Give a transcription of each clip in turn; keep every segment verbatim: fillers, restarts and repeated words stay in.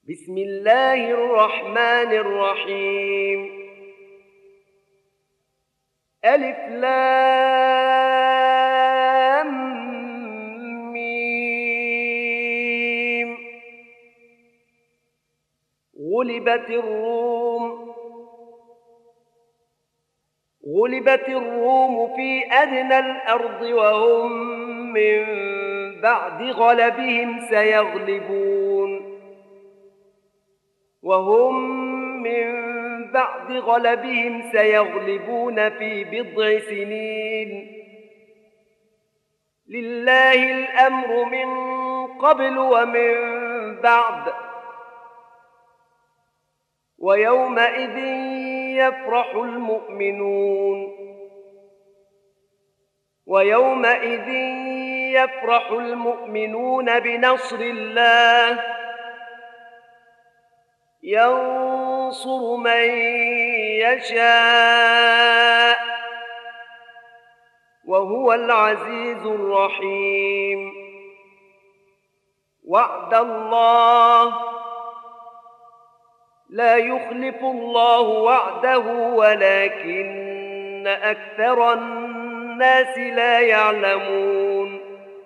بسم الله الرحمن الرحيم. ألف لام ميم. غلبت الروم غلبت الروم في أدنى الأرض وهم من بعد غلبهم سيغلبون وهم من بعد غلبهم سيغلبون في بضع سنين. لله الأمر من قبل ومن بعد، ويومئذ يفرح المؤمنون ويومئذ يفرح المؤمنون بنصر الله، ينصر من يشاء وهو العزيز الرحيم. وعد الله، لا يخلف الله وعده ولكن أكثر الناس لا يعلمون.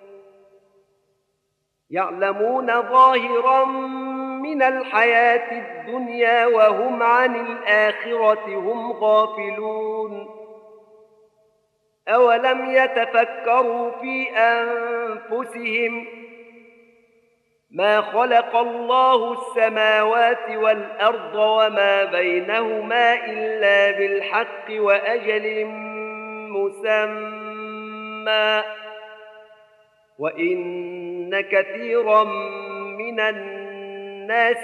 يعلمون ظاهرا من الحياة الدنيا وهم عن الآخرة هم غافلون. أولم يتفكروا في أنفسهم ما خلق الله السماوات والأرض وما بينهما إلا بالحق وأجل مسمى، وإن كثيرا من الناس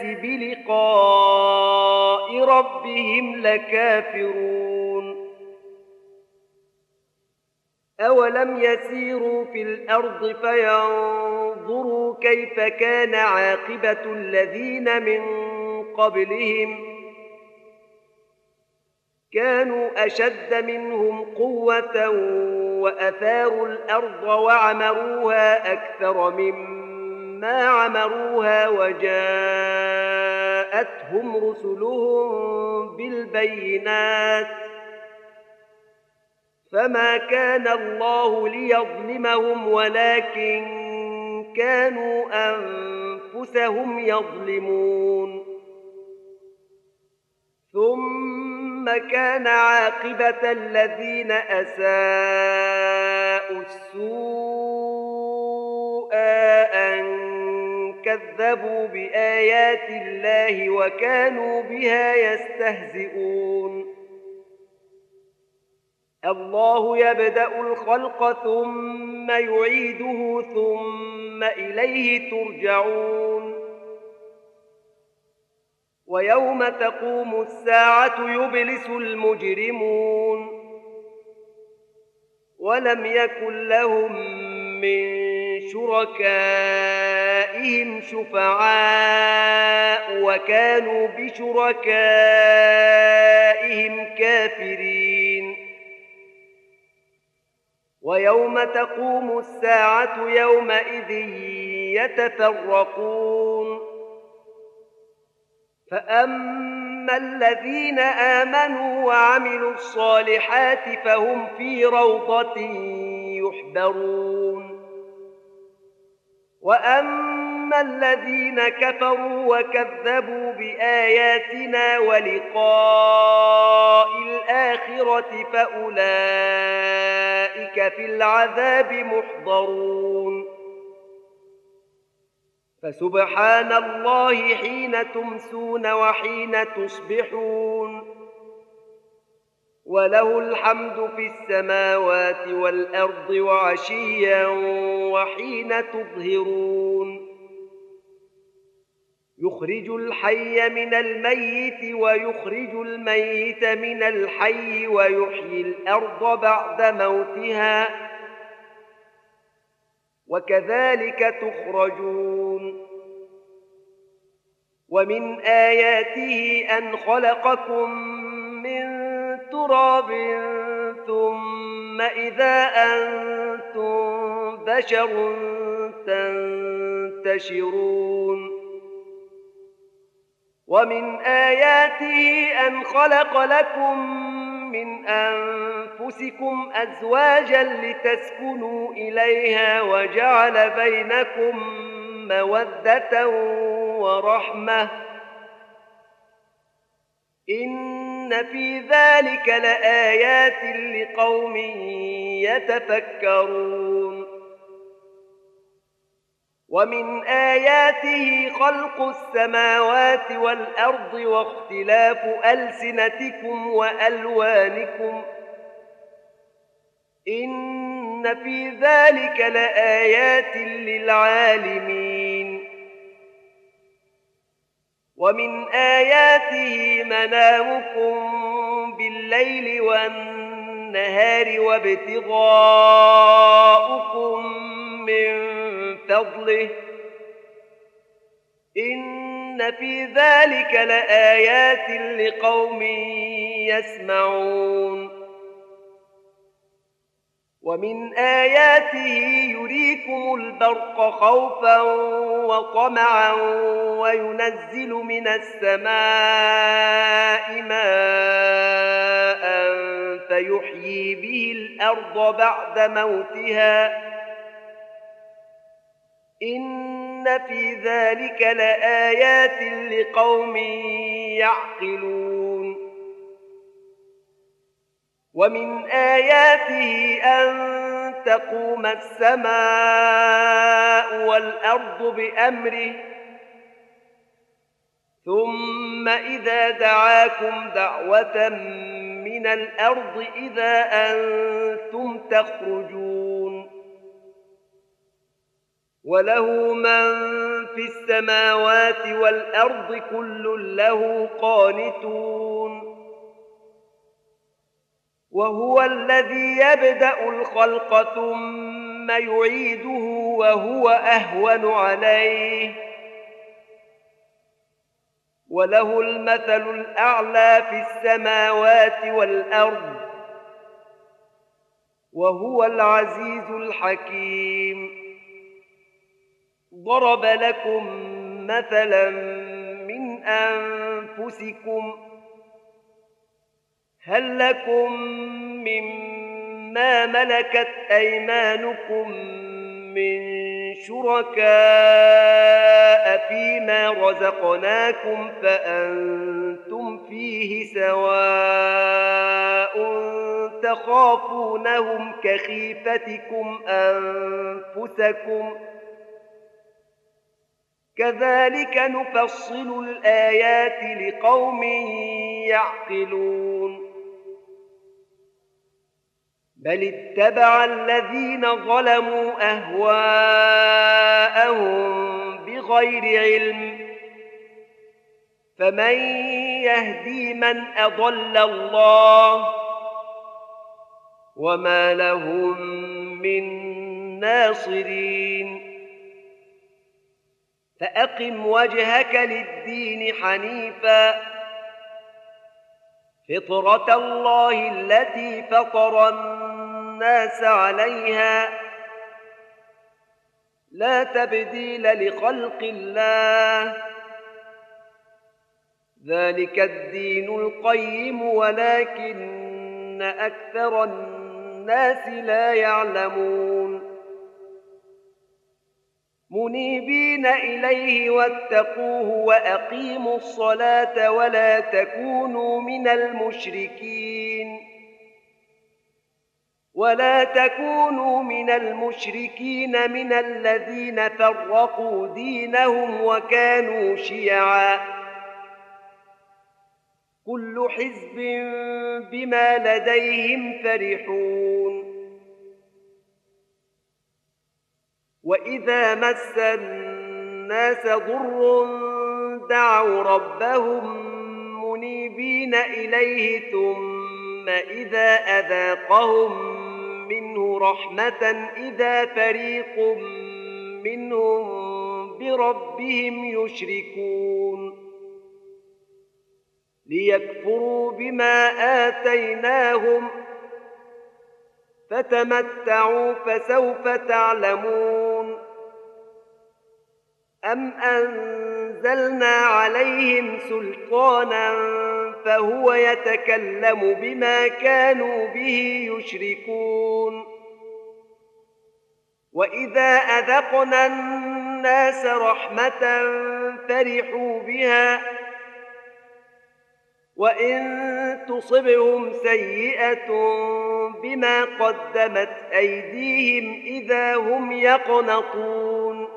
بلقاء ربهم لكافرون. أولم يسيروا في الأرض فينظروا كيف كان عاقبة الذين من قبلهم، كانوا أشد منهم قوة وأثاروا الأرض وعمروها أكثر مما عمروها وجاءتهم رسلهم بالبينات، فما كان الله ليظلمهم ولكن كانوا أنفسهم يظلمون. ثم كان عاقبة الذين أساءوا السوء أن كذبوا بآيات الله وكانوا بها يستهزئون. الله يبدأ الخلق ثم يعيده ثم إليه ترجعون. ويوم تقوم الساعة يبلس المجرمون ولم يكن لهم من شركائهم شفعاء وكانوا بشركائهم كافرين. ويوم تقوم الساعة يومئذ يتفرقون، فأما الذين آمنوا وعملوا الصالحات فهم في روضة يحبرون، وأما الذين كفروا وكذبوا بآياتنا ولقاء الآخرة فأولئك في العذاب محضرون. فسبحان الله حين تمسون وحين تصبحون، وله الحمد في السماوات والأرض وعشيا وحين تظهرون. يخرج الحي من الميت ويخرج الميت من الحي ويحيي الأرض بعد موتها وكذلك تخرجون. ومن آياته أن خلقكم من تراب ثم إذا أنتم بشر تنتشرون. ومن آياته أن خلق لكم من أنفسكم أزواجا لتسكنوا إليها وجعل بينكم مودة ورحمة إن في ذلك لآيات لقوم يتفكرون ومن آياته خلق السماوات والأرض واختلاف ألسنتكم وألوانكم إن في ذلك لآيات للعالمين ومن آياته منامكم بالليل والنهار وابتغاؤكم من فضله إن في ذلك لآيات لقوم يسمعون ومن آياته يريكم البرق خوفا وطمعا وينزل من السماء ماء فيحيي به الأرض بعد موتها إن في ذلك لآيات لقوم يعقلون ومن آياته أن تقوم السماء والأرض بأمره ثم إذا دعاكم دعوة من الأرض إذا أنتم تخرجون وله من في السماوات والأرض كل له قانتون وهو الذي يبدأ الخلق ثم يعيده وهو أهون عليه وله المثل الأعلى في السماوات والأرض وهو العزيز الحكيم ضرب لكم مثلا من أنفسكم هل لكم مما ملكت أيمانكم من شركاء فيما رزقناكم فأنتم فيه سواء تخافونهم كخيفتكم أنفسكم كذلك نفصل الآيات لقوم يعقلون بل اتبع الذين ظلموا أهواءهم بغير علم فمن يهدي من أضل الله وما لهم من ناصرين فأقم وجهك للدين حنيفا فطرة الله التي فطر الناس عليها لا تبديل لخلق الله ذلك الدين القيم ولكن أكثر الناس لا يعلمون منيبين إليه واتقوه وأقيموا الصلاة ولا تكونوا من المشركين ولا تكونوا من المشركين من الذين فرقوا دينهم وكانوا شيعا كل حزب بما لديهم فرحون وإذا مس الناس ضر دعوا ربهم منيبين إليه ثم إذا أذاقهم منه رحمة إذا فريق منهم بربهم يشركون ليكفروا بما آتيناهم فتمتعوا فسوف تعلمون أم أنزلنا عليهم سلطانا فهو يتكلم بما كانوا به يشركون وإذا أذقنا الناس رحمة فرحوا بها وإن تصبهم سيئة بما قدمت أيديهم إذا هم يقنطون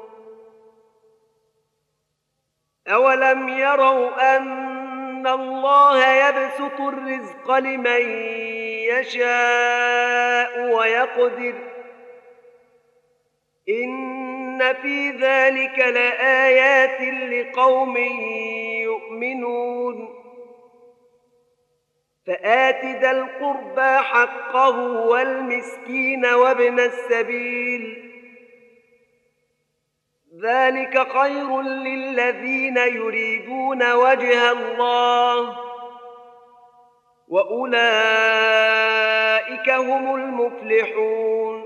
أولم يروا أن الله يبسط الرزق لمن يشاء ويقدر إن في ذلك لآيات لقوم يؤمنون فآت ذا القربى حقه والمسكين وابن السبيل ذلك خير للذين يريدون وجه الله وأولئك هم المفلحون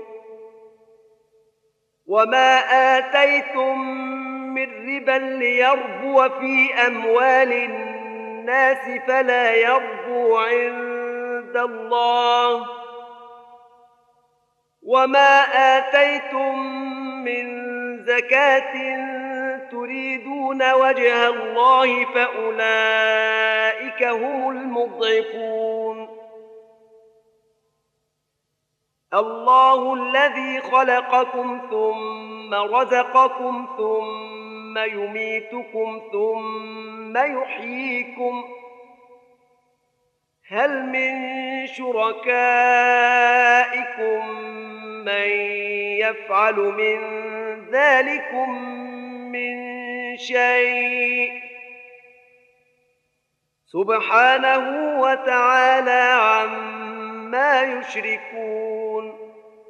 وما آتيتم من ربا ليربو في أموال الناس فلا يربو عند الله وما آتيتم من زكاة تريدون وجه الله فأولئك هم المضعفون الله الذي خلقكم ثم رزقكم ثم يميتكم ثم يحييكم هل من شركائكم من يفعل من ذلكم من شيء سبحانه وتعالى عما يشركون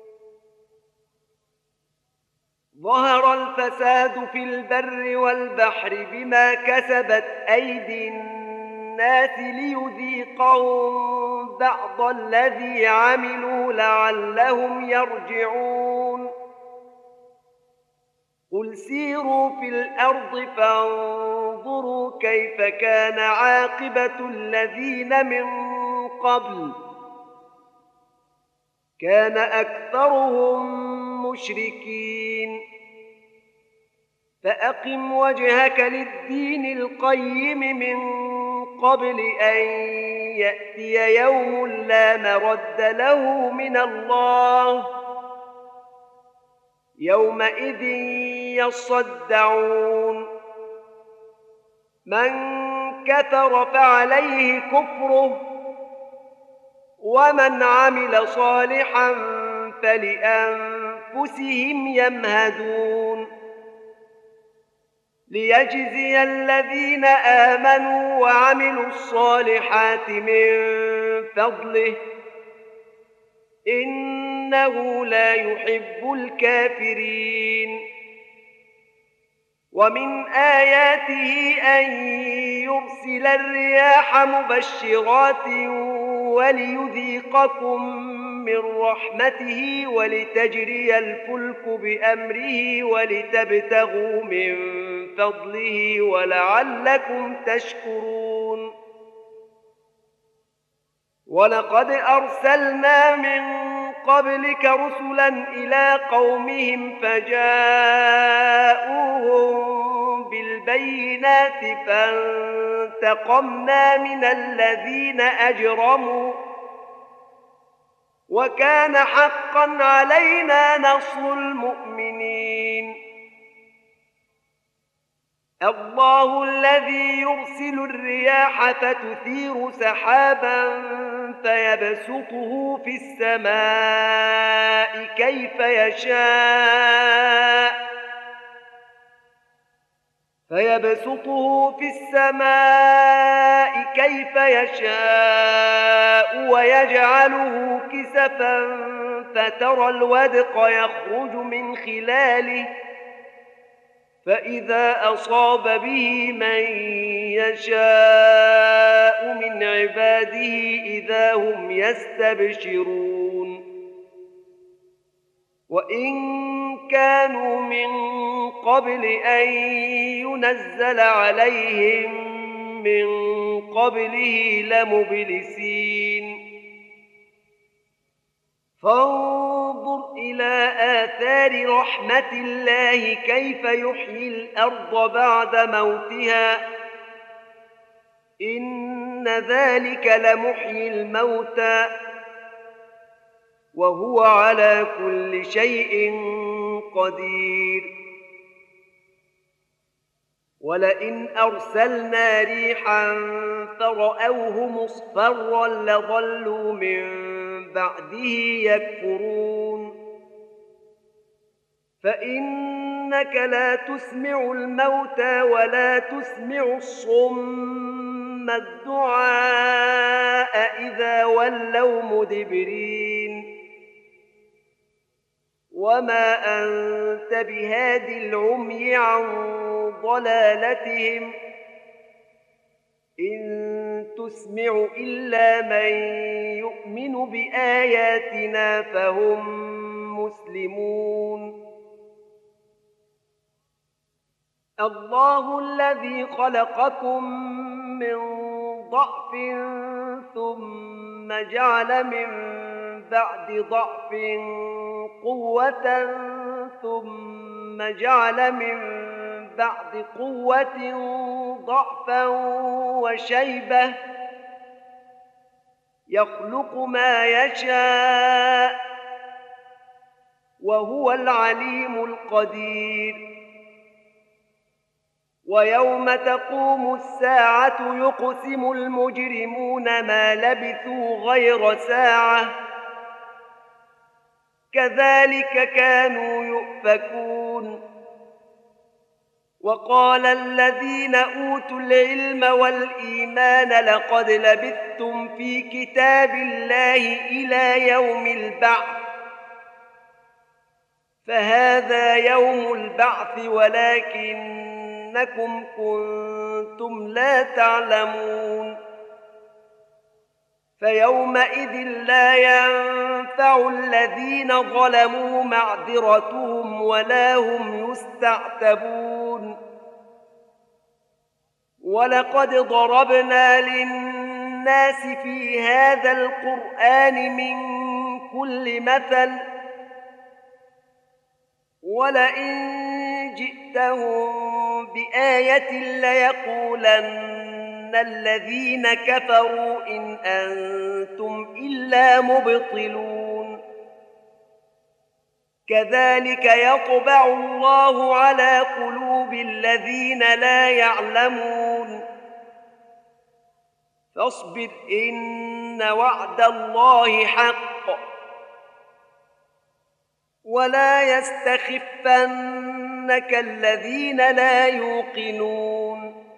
ظهر الفساد في البر والبحر بما كسبت أيدي الناس ليذيقهم بعض الذي عملوا لعلهم يرجعون قل سيروا في الأرض فانظروا كيف كان عاقبة الذين من قبل كان أكثرهم مشركين فأقم وجهك للدين القيم من قبل أن يأتي يوم لا مرد له من الله يومئذ يصدعون من كفر فعليه كفره ومن عمل صالحا فلأنفسهم يمهدون ليجزي الذين آمنوا وعملوا الصالحات من فضله إنه لا يحب الكافرين ومن آياته أن يرسل الرياح مبشرات وليذيقكم من رحمته ولتجري الفلك بأمره ولتبتغوا من فضله ولعلكم تشكرون ولقد أرسلنا من قبلك رسلا إلى قومهم فجاءوهم بالبينات فانتقمنا من الذين أجرموا وكان حقا علينا نصر المؤمنين الله الذي يرسل الرياح فتثير سحابا فيبسطه في السماء كيف يشاء فيبسطه في السماء كيف يشاء ويجعله كسفا فترى الودق يخرج من خلاله فإذا أصاب به من يشاء من عباده إذا هم يستبشرون وإن كانوا من قبل أن ينزل عليهم من قبله لمبلسين فانظر إلى آثار رحمة الله كيف يحيي الأرض بعد موتها إن ذلك لمحيي الموتى وهو على كل شيء قدير ولئن أرسلنا ريحا فرأوه مصفرا لظلوا من بعده يكفرون فإنك لا تسمع الموتى ولا تسمع الصم الدعاء إذا ولوا مدبرين وما أنت بهاد العمي عن ضلالتهم إن تسمع إلا من يؤمن بآياتنا فهم مسلمون الله الذي خلقكم من ضعف ثم جعل من بعد ضعف قوة ثم جعل من بعد قوة ضعفا وشيبة يخلق ما يشاء وهو العليم القدير ويوم تقوم الساعة يقسم المجرمون ما لبثوا غير ساعة كذلك كانوا يؤفكون وقال الذين أوتوا العلم والإيمان لقد لبثتم في كتاب الله إلى يوم البعث فهذا يوم البعث ولكنكم كنتم لا تعلمون فيومئذ لا ينفع الذين ظلموا معذرتهم ولا هم يستعتبون ولقد ضربنا للناس في هذا القرآن من كل مثل ولئن جئتهم بآية ليقولن الذين كفروا إن أنتم إلا مبطلون كذلك يطبع الله على قلوب الذين لا يعلمون فاصبر إن وعد الله حق ولا يستخفنك الذين لا يوقنون